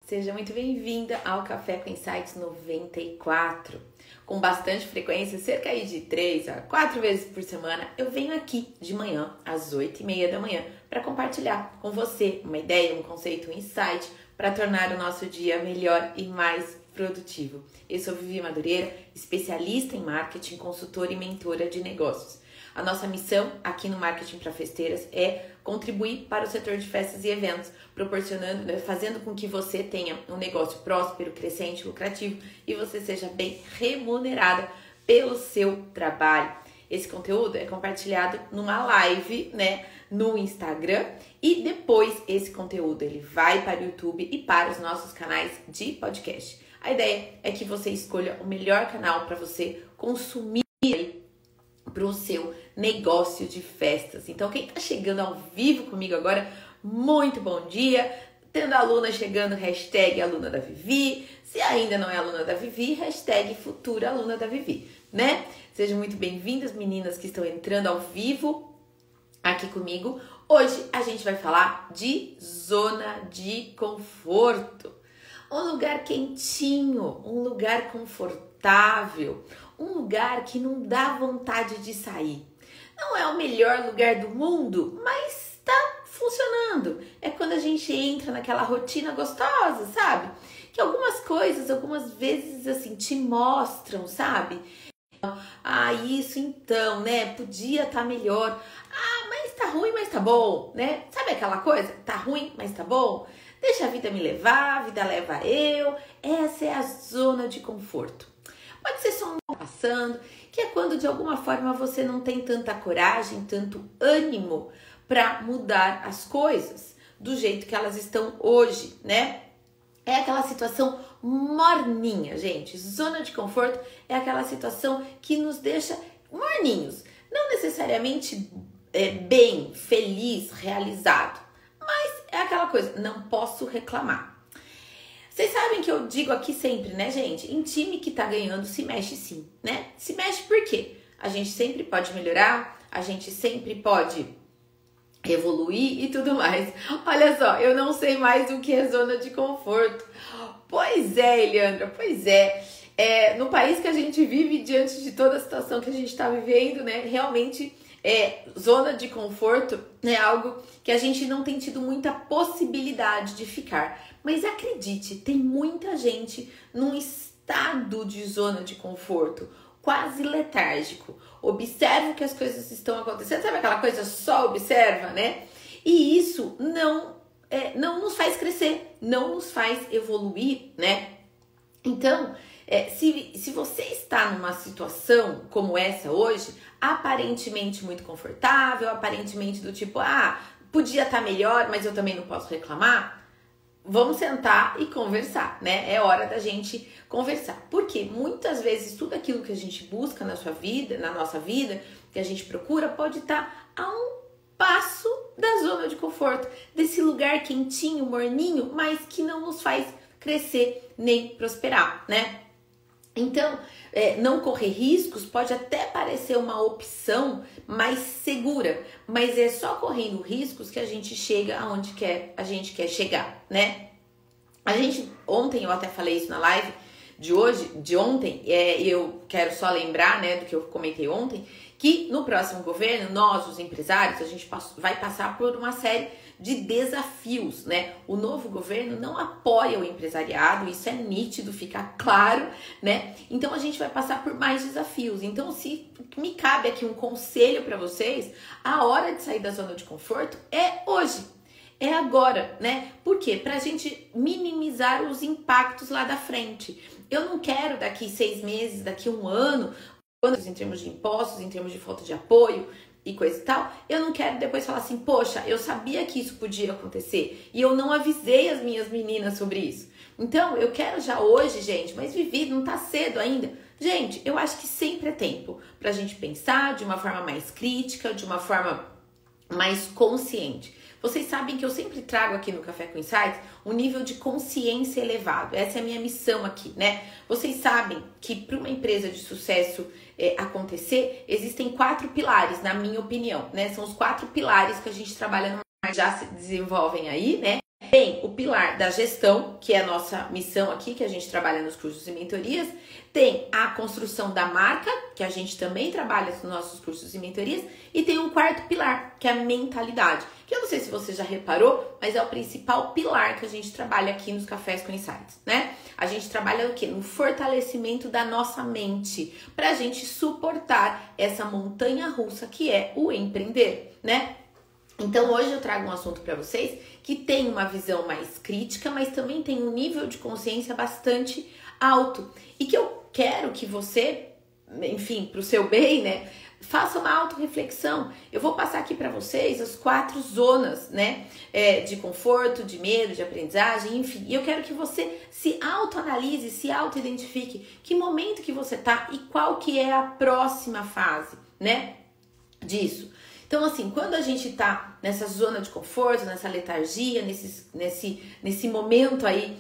Seja muito bem-vinda ao Café com Insights 94. Com bastante frequência, cerca de 3 a 4 vezes por semana, eu venho aqui de manhã, às 8h30 da manhã, para compartilhar com você uma ideia, um conceito, um insight, para tornar o nosso dia melhor e mais produtivo. Eu sou Vivi Madureira, especialista em marketing, consultora e mentora de negócios. A nossa missão aqui no Marketing para Festeiras é contribuir para o setor de festas e eventos, proporcionando, fazendo com que você tenha um negócio próspero, crescente, lucrativo e você seja bem remunerada pelo seu trabalho. Esse conteúdo é compartilhado numa live, no Instagram, e depois esse conteúdo ele vai para o YouTube e para os nossos canais de podcast. A ideia é que você escolha o melhor canal para você consumir para o seu negócio de festas. Então, quem está chegando ao vivo comigo agora, muito bom dia. Tendo aluna chegando, hashtag aluna da Vivi. Se ainda não é aluna da Vivi, hashtag futura aluna da Vivi, Sejam muito bem-vindas, meninas que estão entrando ao vivo aqui comigo. Hoje a gente vai falar de zona de conforto. Um lugar quentinho, um lugar confortável, um lugar que não dá vontade de sair. Não é o melhor lugar do mundo, mas tá funcionando. É quando a gente entra naquela rotina gostosa, sabe? Que algumas coisas, algumas vezes assim, te mostram, sabe? Ah, isso então, podia estar melhor. Ah, mas tá ruim, mas tá bom, Sabe aquela coisa? Tá ruim, mas tá bom? Deixa a vida me levar, a vida leva eu. Essa é a zona de conforto. Pode ser só um passando, que é quando de alguma forma você não tem tanta coragem, tanto ânimo para mudar as coisas do jeito que elas estão hoje, É aquela situação morninha, gente. Zona de conforto é aquela situação que nos deixa morninhos. Não necessariamente bem, feliz, realizado. Mas é aquela coisa, não posso reclamar. Vocês sabem que eu digo aqui sempre, gente? Em time que tá ganhando, se mexe sim, Se mexe por quê? A gente sempre pode melhorar, a gente sempre pode evoluir e tudo mais. Olha só, eu não sei mais o que é zona de conforto. Pois é, Eliandra, pois é. No país que a gente vive, diante de toda a situação que a gente tá vivendo, realmente... zona de conforto é algo que a gente não tem tido muita possibilidade de ficar. Mas acredite, tem muita gente num estado de zona de conforto, quase letárgico. Observa que as coisas estão acontecendo. Sabe aquela coisa, só observa, E isso não nos faz crescer, não nos faz evoluir, Então, se você está numa situação como essa hoje, aparentemente muito confortável, aparentemente do tipo, podia estar melhor, mas eu também não posso reclamar, vamos sentar e conversar, É hora da gente conversar. Porque muitas vezes tudo aquilo que a gente busca na nossa vida, que a gente procura, pode estar a um passo da zona de conforto, desse lugar quentinho, morninho, mas que não nos faz crescer nem prosperar, Então, não correr riscos pode até parecer uma opção mais segura, mas é só correndo riscos que a gente chega aonde a gente quer chegar, Ontem eu até falei isso na live de ontem, eu quero só lembrar, do que eu comentei ontem, que no próximo governo, nós, os empresários, a gente vai passar por uma série de desafios, O novo governo não apoia o empresariado, isso é nítido, fica claro, Então a gente vai passar por mais desafios. Então, se me cabe aqui um conselho para vocês, a hora de sair da zona de conforto é hoje, é agora, Por quê? Pra gente minimizar os impactos lá da frente. Eu não quero daqui 6 meses, daqui 1 ano, em termos de impostos, em termos de falta de apoio e coisa e tal, eu não quero depois falar assim, poxa, eu sabia que isso podia acontecer e eu não avisei as minhas meninas sobre isso. Então, eu quero já hoje, gente, mas Vivi, não tá cedo ainda. Gente, eu acho que sempre é tempo pra gente pensar de uma forma mais crítica, de uma forma mais consciente. Vocês sabem que eu sempre trago aqui no Café com Insights um nível de consciência elevado. Essa é a minha missão aqui, Vocês sabem que para uma empresa de sucesso acontecer, existem 4 pilares, na minha opinião, São os 4 pilares que a gente trabalha no marketing, já se desenvolvem aí, Tem o pilar da gestão, que é a nossa missão aqui, que a gente trabalha nos cursos e mentorias. Tem a construção da marca, que a gente também trabalha nos nossos cursos e mentorias. E tem um quarto pilar, que é a mentalidade. Que eu não sei se você já reparou, mas é o principal pilar que a gente trabalha aqui nos Cafés com Insights, né? A gente trabalha o quê? No fortalecimento da nossa mente, pra gente suportar essa montanha-russa que é o empreender, né? Então hoje eu trago um assunto para vocês que tem uma visão mais crítica, mas também tem um nível de consciência bastante alto. E que eu quero que você, enfim, pro seu bem, né, faça uma autorreflexão. Eu vou passar aqui para vocês as 4 zonas, né, de conforto, de medo, de aprendizagem, enfim. E eu quero que você se autoanalise, se autoidentifique, que momento que você tá e qual que é a próxima fase, né, disso. Então, assim, quando a gente tá nessa zona de conforto, nessa letargia, nesse momento aí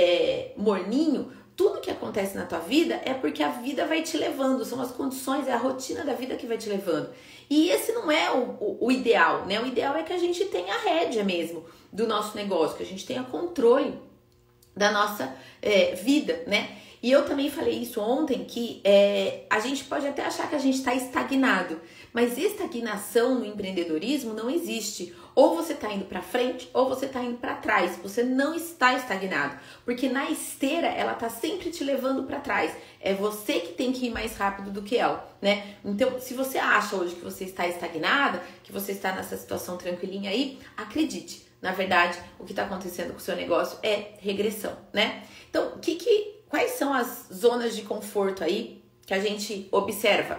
morninho, tudo que acontece na tua vida é porque a vida vai te levando, são as condições, é a rotina da vida que vai te levando. E esse não é o ideal, né? O ideal é que a gente tenha a rédea mesmo do nosso negócio, que a gente tenha controle da nossa vida, né? E eu também falei isso ontem, que a gente pode até achar que a gente está estagnado, mas estagnação no empreendedorismo não existe. Ou você está indo para frente ou você está indo para trás. Você não está estagnado, porque na esteira ela está sempre te levando para trás. É você que tem que ir mais rápido do que ela, né? Então, se você acha hoje que você está estagnada, que você está nessa situação tranquilinha aí, acredite. Na verdade, o que está acontecendo com o seu negócio é regressão, né? Então, quais são as zonas de conforto aí que a gente observa?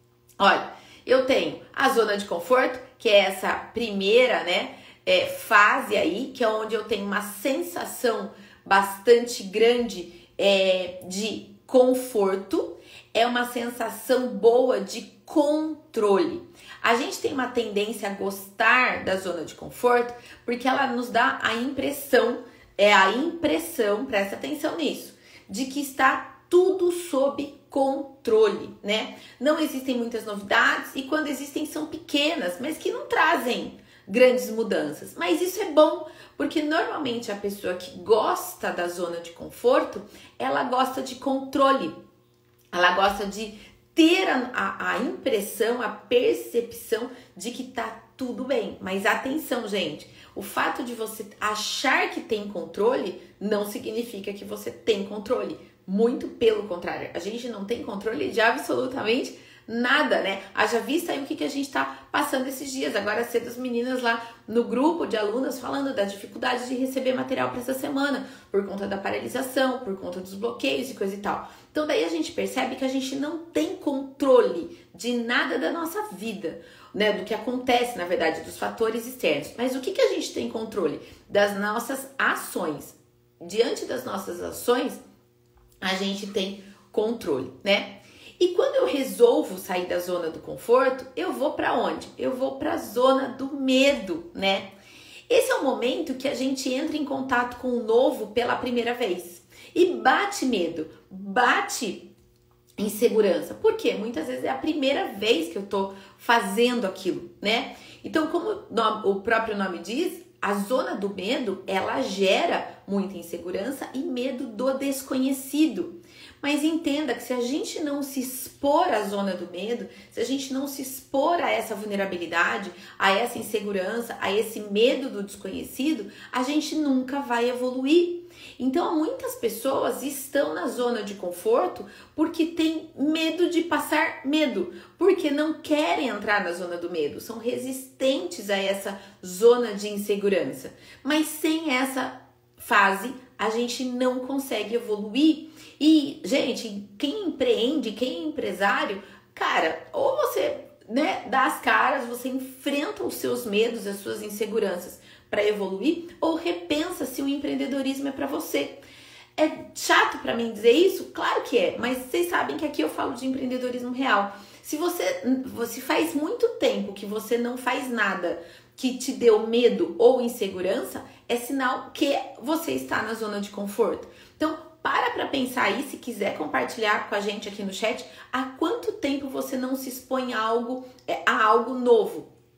Olha, eu tenho a zona de conforto, que é essa primeira, né, fase aí, que é onde eu tenho uma sensação bastante grande de conforto, é uma sensação boa de controle. A gente tem uma tendência a gostar da zona de conforto porque ela nos dá a impressão, presta atenção nisso, de que está tudo sob controle, né? Não existem muitas novidades e quando existem são pequenas, mas que não trazem grandes mudanças. Mas isso é bom, porque normalmente a pessoa que gosta da zona de conforto, ela gosta de controle. Ela gosta de ter a impressão, a percepção de que tá tudo bem. Mas atenção, gente, o fato de você achar que tem controle não significa que você tem controle. Muito pelo contrário, a gente não tem controle de absolutamente nada, né? Haja vista aí o que a gente tá passando esses dias. Agora cedo as meninas lá no grupo de alunas falando da dificuldade de receber material para essa semana, por conta da paralisação, por conta dos bloqueios e coisa e tal. Então daí a gente percebe que a gente não tem controle de nada da nossa vida, né? Do que acontece, na verdade, dos fatores externos. Mas o que a gente tem controle? Das nossas ações. Diante das nossas ações, a gente tem controle, né? E quando eu resolvo sair da zona do conforto, eu vou para onde? Eu vou para a zona do medo, né? Esse é o momento que a gente entra em contato com o novo pela primeira vez. E bate medo, bate insegurança. Por quê? Muitas vezes é a primeira vez que eu tô fazendo aquilo, né? Então, como o próprio nome diz, a zona do medo, ela gera muita insegurança e medo do desconhecido. Mas entenda que se a gente não se expor à zona do medo, se a gente não se expor a essa vulnerabilidade, a essa insegurança, a esse medo do desconhecido, a gente nunca vai evoluir. Então, muitas pessoas estão na zona de conforto porque têm medo de passar medo, porque não querem entrar na zona do medo, são resistentes a essa zona de insegurança. Mas sem essa fase, a gente não consegue evoluir. E, gente, quem empreende, quem é empresário, cara, ou você, né, dá as caras, você enfrenta os seus medos, as suas inseguranças para evoluir, ou repensa se o empreendedorismo é para você. É chato para mim dizer isso? Claro que é, mas vocês sabem que aqui eu falo de empreendedorismo real. Se você faz muito tempo que você não faz nada que te deu medo ou insegurança, é sinal que você está na zona de conforto. Então, para pensar aí, se quiser compartilhar com a gente aqui no chat, há quanto tempo você não se expõe a algo novo?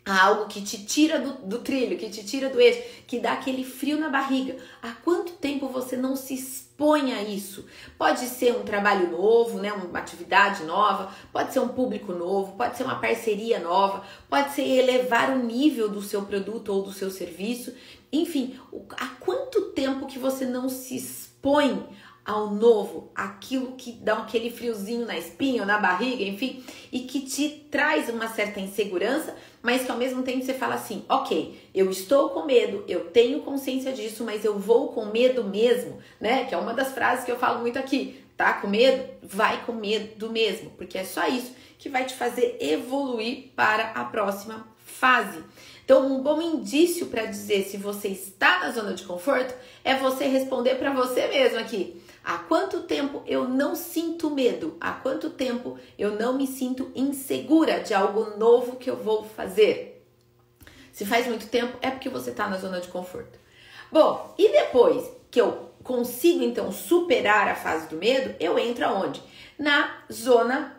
a algo que te tira do trilho, que te tira do eixo, que dá aquele frio na barriga. Há quanto tempo você não se expõe a isso? Pode ser um trabalho novo, né? Uma atividade nova, pode ser um público novo, pode ser uma parceria nova, pode ser elevar o nível do seu produto ou do seu serviço. Enfim, há quanto tempo que você não se expõe ao novo, aquilo que dá aquele friozinho na espinha ou na barriga, enfim, e que te traz uma certa insegurança, mas que ao mesmo tempo você fala assim, ok, eu estou com medo, eu tenho consciência disso, mas eu vou com medo mesmo, né? Que é uma das frases que eu falo muito aqui, tá com medo? Vai com medo mesmo, porque é só isso que vai te fazer evoluir para a próxima fase. Então, um bom indício para dizer se você está na zona de conforto é você responder para você mesmo aqui. Há quanto tempo eu não sinto medo? Há quanto tempo eu não me sinto insegura de algo novo que eu vou fazer? Se faz muito tempo, é porque você está na zona de conforto. Bom, e depois que eu consigo, então, superar a fase do medo, eu entro aonde? Na zona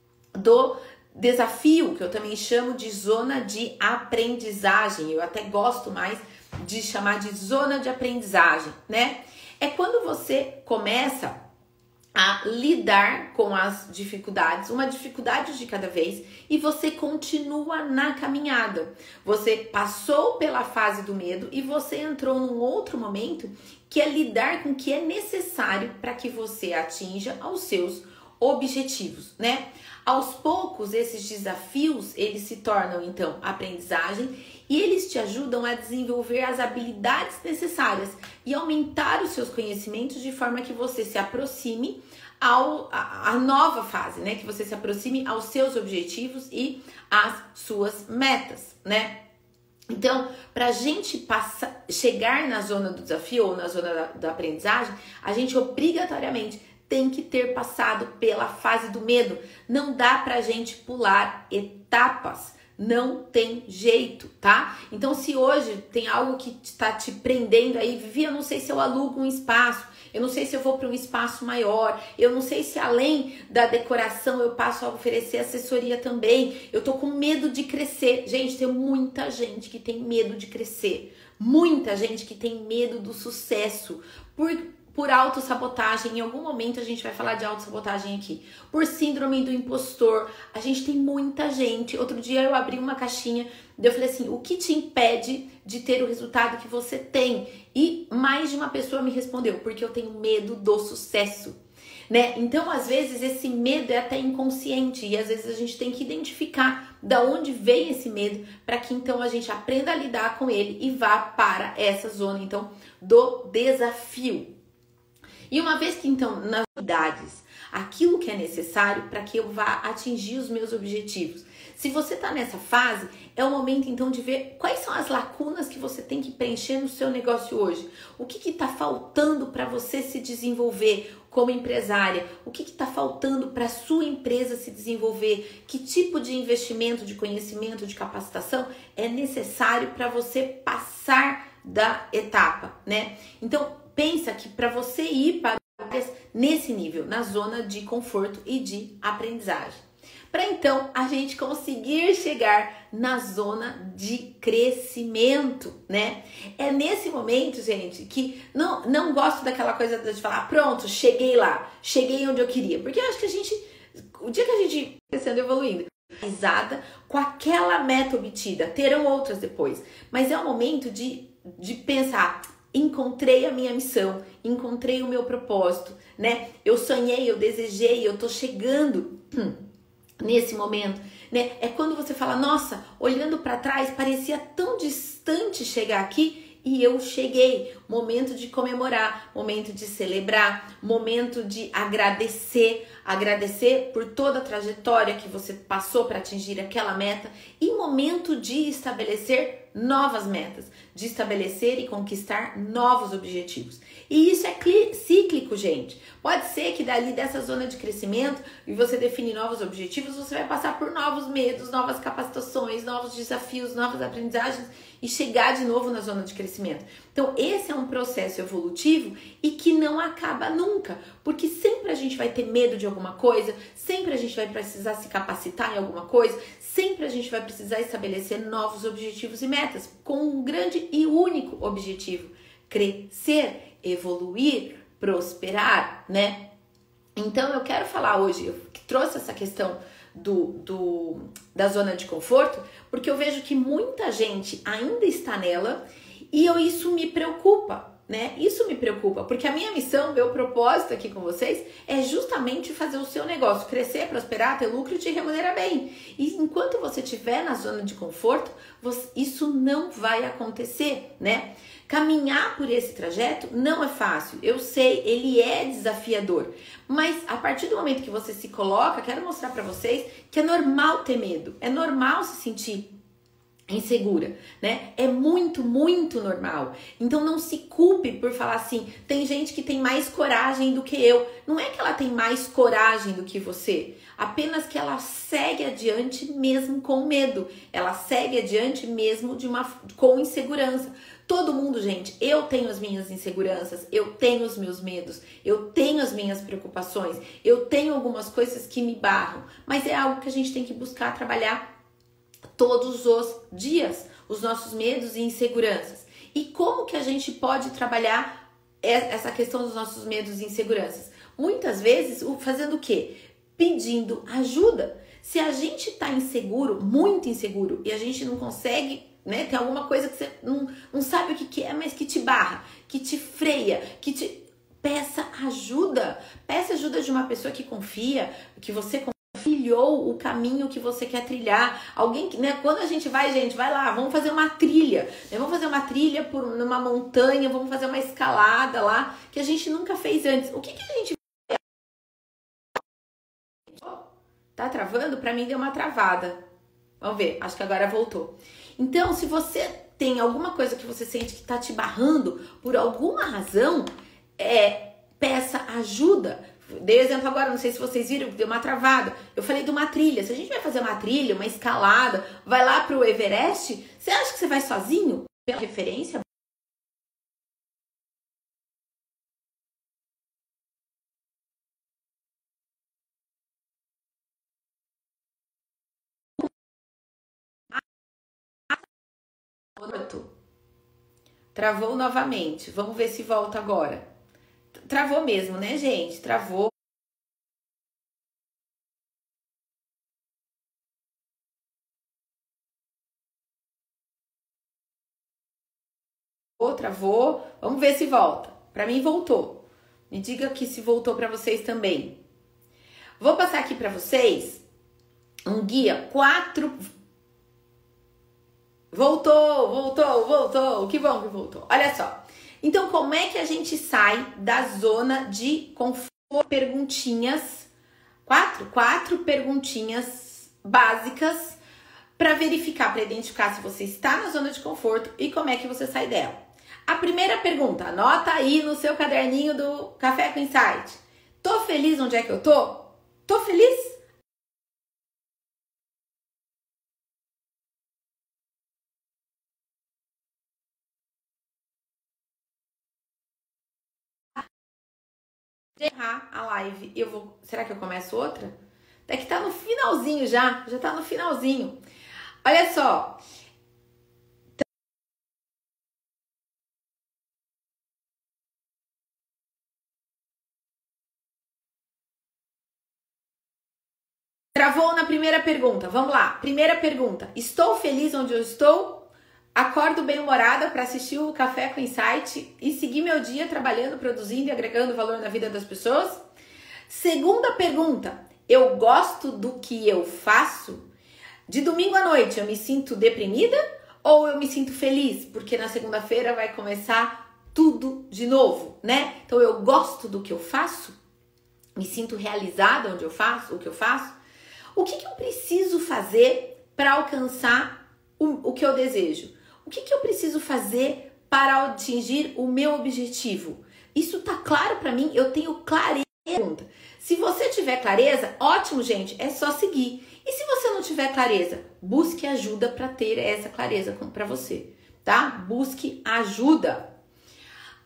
do desafio, que eu também chamo de zona de aprendizagem. Eu até gosto mais de chamar de zona de aprendizagem, né? É quando você começa a lidar com as dificuldades, uma dificuldade de cada vez, e você continua na caminhada. Você passou pela fase do medo e você entrou num outro momento que é lidar com o que é necessário para que você atinja aos seus objetivos, né? Aos poucos, esses desafios, eles se tornam, então, aprendizagem e eles te ajudam a desenvolver as habilidades necessárias e aumentar os seus conhecimentos de forma que você se aproxime à nova fase, né? Que você se aproxime aos seus objetivos e às suas metas, né? Então, para a gente chegar na zona do desafio ou na zona da aprendizagem, a gente obrigatoriamente tem que ter passado pela fase do medo. Não dá pra gente pular etapas. Não tem jeito, tá? Então, se hoje tem algo que está te prendendo aí, Vivi, eu não sei se eu alugo um espaço, eu não sei se eu vou para um espaço maior, eu não sei se além da decoração eu passo a oferecer assessoria também, eu tô com medo de crescer. Gente, tem muita gente que tem medo de crescer, muita gente que tem medo do sucesso, por autossabotagem. Em algum momento a gente vai falar de autossabotagem aqui. Por síndrome do impostor. A gente tem muita gente. Outro dia eu abri uma caixinha e eu falei assim, o que te impede de ter o resultado que você tem? E mais de uma pessoa me respondeu, porque eu tenho medo do sucesso, né? Então, às vezes, esse medo é até inconsciente e às vezes a gente tem que identificar da onde vem esse medo para que então a gente aprenda a lidar com ele e vá para essa zona, então, do desafio. E uma vez que, então, nas habilidades, aquilo que é necessário para que eu vá atingir os meus objetivos. Se você está nessa fase, é o momento, então, de ver quais são as lacunas que você tem que preencher no seu negócio hoje. O que está faltando para você se desenvolver como empresária? O que está faltando para a sua empresa se desenvolver? Que tipo de investimento, de conhecimento, de capacitação é necessário para você passar da etapa, né? Então, pensa que para você ir para nesse nível, na zona de conforto e de aprendizagem, para então a gente conseguir chegar na zona de crescimento, né? É nesse momento, gente, que não gosto daquela coisa de falar, pronto, cheguei lá, cheguei onde eu queria, porque eu acho que o dia que a gente crescendo, evoluindo, realizada com aquela meta obtida, terão outras depois, mas é o momento de pensar, encontrei a minha missão, encontrei o meu propósito, né? Eu sonhei, eu desejei, eu tô chegando nesse momento, né? É quando você fala, nossa, olhando para trás, parecia tão distante chegar aqui e eu cheguei. Momento de comemorar, momento de celebrar, momento de agradecer por toda a trajetória que você passou para atingir aquela meta e momento de estabelecer novas metas, de estabelecer e conquistar novos objetivos. E isso é cíclico, gente. Pode ser que dali dessa zona de crescimento e você definir novos objetivos, você vai passar por novos medos, novas capacitações, novos desafios, novas aprendizagens e chegar de novo na zona de crescimento. Então, esse é um processo evolutivo e que não acaba nunca, porque sempre a gente vai ter medo de alguma coisa, sempre a gente vai precisar se capacitar em alguma coisa, sempre a gente vai precisar estabelecer novos objetivos e metas com um grande e único objetivo: crescer, evoluir, prosperar, né? Então, eu quero falar hoje, eu trouxe essa questão da zona de conforto, porque eu vejo que muita gente ainda está nela e isso me preocupa, né? Isso me preocupa, porque a minha missão, meu propósito aqui com vocês é justamente fazer o seu negócio crescer, prosperar, ter lucro e te remunerar bem. E enquanto você estiver na zona de conforto, isso não vai acontecer, né? Caminhar por esse trajeto não é fácil, eu sei, ele é desafiador, mas a partir do momento que você se coloca, quero mostrar pra vocês que é normal ter medo, é normal se sentir insegura, né? É muito, muito normal. Então não se culpe por falar assim, tem gente que tem mais coragem do que eu. Não é que ela tem mais coragem do que você, apenas que ela segue adiante mesmo com medo. Ela segue adiante mesmo com insegurança. Todo mundo, gente, eu tenho as minhas inseguranças, eu tenho os meus medos, eu tenho as minhas preocupações, eu tenho algumas coisas que me barram, mas é algo que a gente tem que buscar trabalhar todos os dias, os nossos medos e inseguranças. E como que a gente pode trabalhar essa questão dos nossos medos e inseguranças? Muitas vezes, fazendo o quê? Pedindo ajuda. Se a gente tá inseguro, muito inseguro, e a gente não consegue, né, tem alguma coisa que você não sabe o que é, mas que te barra, que te freia, peça ajuda. Peça ajuda de uma pessoa que confia, que você trilhou o caminho que você quer trilhar. Alguém que, né, quando a gente vai lá, vamos fazer uma trilha, né? Vamos fazer uma trilha numa montanha, vamos fazer uma escalada lá, que a gente nunca fez antes. O que a gente... Tá travando? Pra mim deu uma travada. Vamos ver, acho que agora voltou. Então, se você tem alguma coisa que você sente que tá te barrando, por alguma razão, peça ajuda. Dei exemplo agora, não sei se vocês viram, deu uma travada. Eu falei de uma trilha. Se a gente vai fazer uma trilha, uma escalada, vai lá pro Everest, você acha que você vai sozinho? Pela referência? Travou novamente. Vamos ver se volta agora. Travou mesmo, né, gente? Travou. Travou. Vamos ver se volta. Para mim voltou. Me diga aqui se voltou para vocês também. Vou passar aqui para vocês um guia 4. Voltou. Que bom que voltou. Olha só. Então, como é que a gente sai da zona de conforto? Perguntinhas. Quatro perguntinhas básicas para verificar, para identificar se você está na zona de conforto e como é que você sai dela. A primeira pergunta, anota aí no seu caderninho do Café com Insight. Tô feliz onde é que eu tô? Tô feliz? Encerrar a live. Será que eu começo outra? É que tá no finalzinho já tá no finalzinho. Olha só. Travou na primeira pergunta. Vamos lá. Primeira pergunta. Estou feliz onde eu estou? Acordo bem-humorada para assistir o Café com Insight e seguir meu dia trabalhando, produzindo e agregando valor na vida das pessoas? Segunda pergunta. Eu gosto do que eu faço? De domingo à noite eu me sinto deprimida ou eu me sinto feliz? Porque na segunda-feira vai começar tudo de novo, né? Então eu gosto do que eu faço? Me sinto realizada onde eu faço, o que eu faço? O que eu preciso fazer para alcançar o que eu desejo? O que eu preciso fazer para atingir o meu objetivo? Isso tá claro para mim? Eu tenho clareza. Se você tiver clareza, ótimo, gente, é só seguir. E se você não tiver clareza, busque ajuda para ter essa clareza para você, tá? Busque ajuda.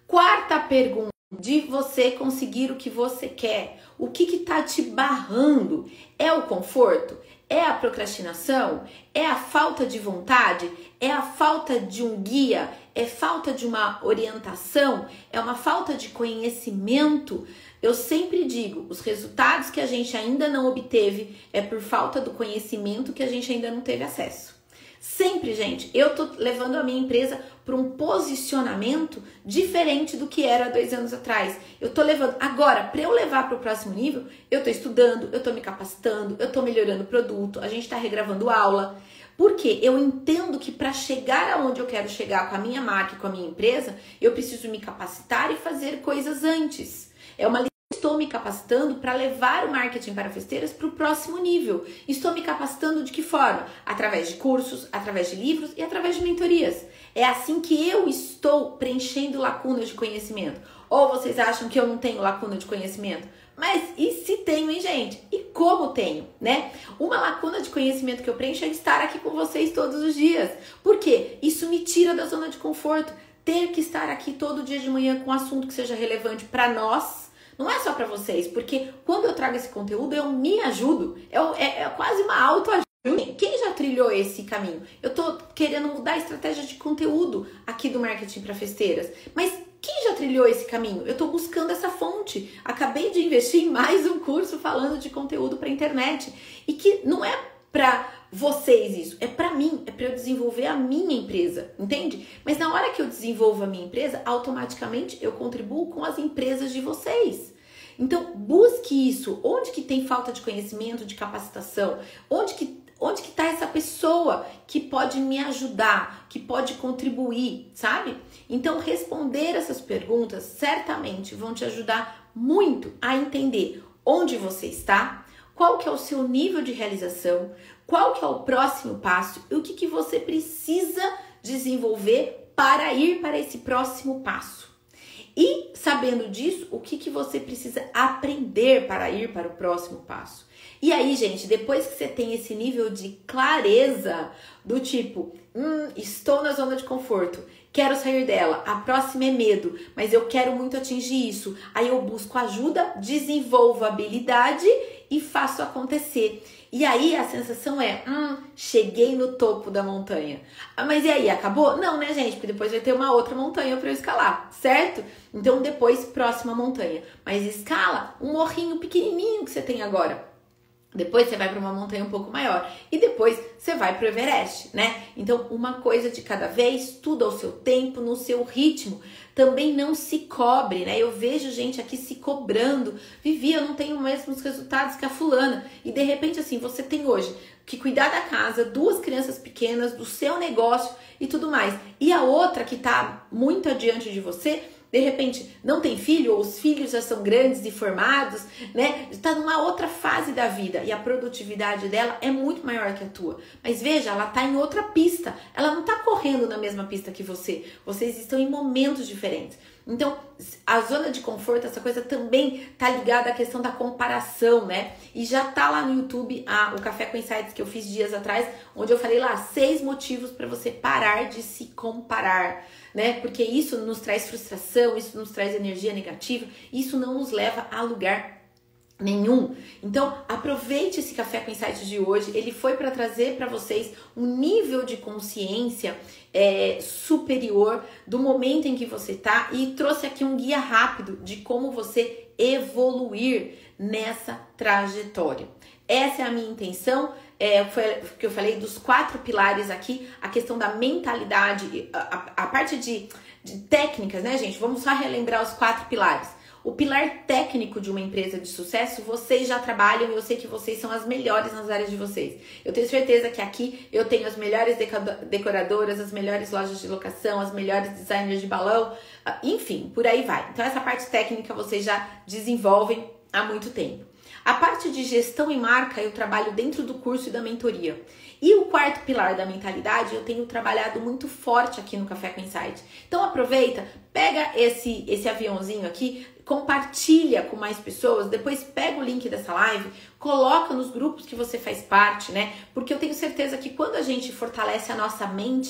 Quarta pergunta, de você conseguir o que você quer. O que tá te barrando? É o conforto? É a procrastinação? É a falta de vontade? É a falta de um guia? É falta de uma orientação? É uma falta de conhecimento? Eu sempre digo, os resultados que a gente ainda não obteve é por falta do conhecimento que a gente ainda não teve acesso. Sempre, gente, eu tô levando a minha empresa para um posicionamento diferente do que era 2 anos atrás. Eu tô levando, agora, para eu levar para o próximo nível, eu tô estudando, eu tô me capacitando, eu tô melhorando o produto, a gente tá regravando aula. Porque eu entendo que para chegar aonde eu quero chegar com a minha marca e com a minha empresa, eu preciso me capacitar e fazer coisas antes. Estou me capacitando para levar o marketing para festeiras para o próximo nível. Estou me capacitando de que forma? Através de cursos, através de livros e através de mentorias. É assim que eu estou preenchendo lacunas de conhecimento. Ou vocês acham que eu não tenho lacuna de conhecimento? Mas e se tenho, hein, gente? E como tenho, né? Uma lacuna de conhecimento que eu preencho é estar aqui com vocês todos os dias. Por quê? Isso me tira da zona de conforto. Ter que estar aqui todo dia de manhã com um assunto que seja relevante para nós. Não é só para vocês, porque quando eu trago esse conteúdo, eu me ajudo. É quase uma autoajuda. Quem já trilhou esse caminho? Eu tô querendo mudar a estratégia de conteúdo aqui do marketing para festeiras. Mas quem já trilhou esse caminho? Eu tô buscando essa fonte. Acabei de investir em mais um curso falando de conteúdo para internet. E que não é para vocês isso, é para mim, é para eu desenvolver a minha empresa, entende? Mas na hora que eu desenvolvo a minha empresa, automaticamente eu contribuo com as empresas de vocês. Então, busque isso. Onde que tem falta de conhecimento, de capacitação? Onde que tá essa pessoa que pode me ajudar, que pode contribuir, sabe? Então, responder essas perguntas certamente vão te ajudar muito a entender onde você está, qual que é o seu nível de realização, qual que é o próximo passo e o que você precisa desenvolver para ir para esse próximo passo. E sabendo disso, o que você precisa aprender para ir para o próximo passo. E aí, gente, depois que você tem esse nível de clareza do tipo, estou na zona de conforto, quero sair dela, a próxima é medo, mas eu quero muito atingir isso. Aí eu busco ajuda, desenvolvo habilidade e faço acontecer. E aí a sensação é, cheguei no topo da montanha. Mas e aí, acabou? Não, né, gente? Porque depois vai ter uma outra montanha para eu escalar, certo? Então depois, próxima montanha. Mas escala um morrinho pequenininho que você tem agora. Depois você vai para uma montanha um pouco maior. E depois você vai para o Everest, né? Então, uma coisa de cada vez, tudo ao seu tempo, no seu ritmo. Também não se cobre, né? Eu vejo gente aqui se cobrando. Vivi, eu não tenho os mesmos resultados que a fulana. E de repente, assim, você tem hoje que cuidar da casa, 2 crianças pequenas, do seu negócio e tudo mais. E a outra que tá muito adiante de você, de repente não tem filho, ou os filhos já são grandes e formados, né? Está numa outra fase da vida e a produtividade dela é muito maior que a tua. Mas veja, ela está em outra pista, ela não está correndo na mesma pista que você. Vocês estão em momentos diferentes. Então, a zona de conforto, essa coisa também tá ligada à questão da comparação, né? E já tá lá no YouTube o Café com Insights que eu fiz dias atrás, onde eu falei lá 6 motivos para você parar de se comparar, né? Porque isso nos traz frustração, isso nos traz energia negativa, isso não nos leva a lugar nenhum. Então, aproveite esse Café com Insights de hoje. Ele foi para trazer para vocês um nível de consciência superior do momento em que você tá e trouxe aqui um guia rápido de como você evoluir nessa trajetória. Essa é a minha intenção. Foi o que eu falei dos 4 pilares aqui, a questão da mentalidade, a parte de técnicas, né, gente? Vamos só relembrar os 4 pilares. O pilar técnico de uma empresa de sucesso, vocês já trabalham e eu sei que vocês são as melhores nas áreas de vocês. Eu tenho certeza que aqui eu tenho as melhores decoradoras, as melhores lojas de locação, as melhores designers de balão, enfim, por aí vai. Então essa parte técnica vocês já desenvolvem há muito tempo. A parte de gestão e marca eu trabalho dentro do curso e da mentoria. E o 4º pilar da mentalidade eu tenho trabalhado muito forte aqui no Café com Insight. Então aproveita, pega esse aviãozinho aqui, compartilha com mais pessoas, depois pega o link dessa live, coloca nos grupos que você faz parte, né? Porque eu tenho certeza que quando a gente fortalece a nossa mente,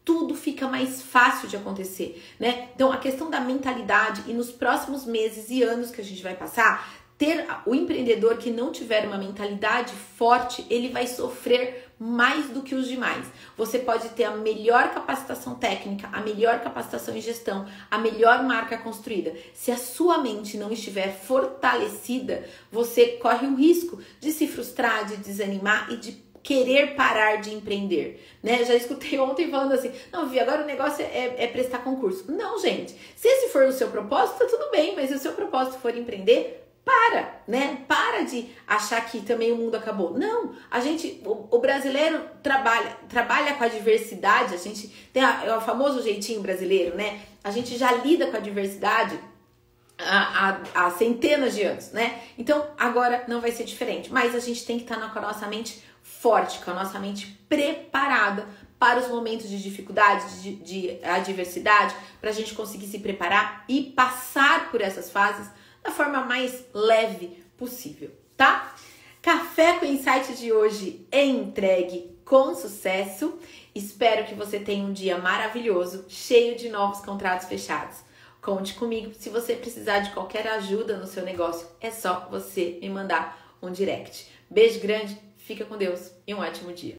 tudo fica mais fácil de acontecer, né? Então, a questão da mentalidade e nos próximos meses e anos que a gente vai passar, ter o empreendedor que não tiver uma mentalidade forte, ele vai sofrer mais do que os demais. Você pode ter a melhor capacitação técnica, a melhor capacitação em gestão, a melhor marca construída. Se a sua mente não estiver fortalecida, você corre o risco de se frustrar, de desanimar e de querer parar de empreender, né? Já escutei ontem falando assim, não, Vi, agora o negócio é prestar concurso. Não, gente, se esse for o seu propósito, tá tudo bem, mas se o seu propósito for empreender, né? Para de achar que também o mundo acabou. Não, o brasileiro trabalha com a diversidade, a gente tem o famoso jeitinho brasileiro, né? A gente já lida com a diversidade há centenas de anos, né? Então, agora não vai ser diferente, mas a gente tem que estar com a nossa mente forte, com a nossa mente preparada para os momentos de dificuldade, de adversidade, para a gente conseguir se preparar e passar por essas fases da forma mais leve possível, tá? Café com Insight de hoje é entregue com sucesso. Espero que você tenha um dia maravilhoso, cheio de novos contratos fechados. Conte comigo. Se você precisar de qualquer ajuda no seu negócio, é só você me mandar um direct. Beijo grande, fica com Deus e um ótimo dia.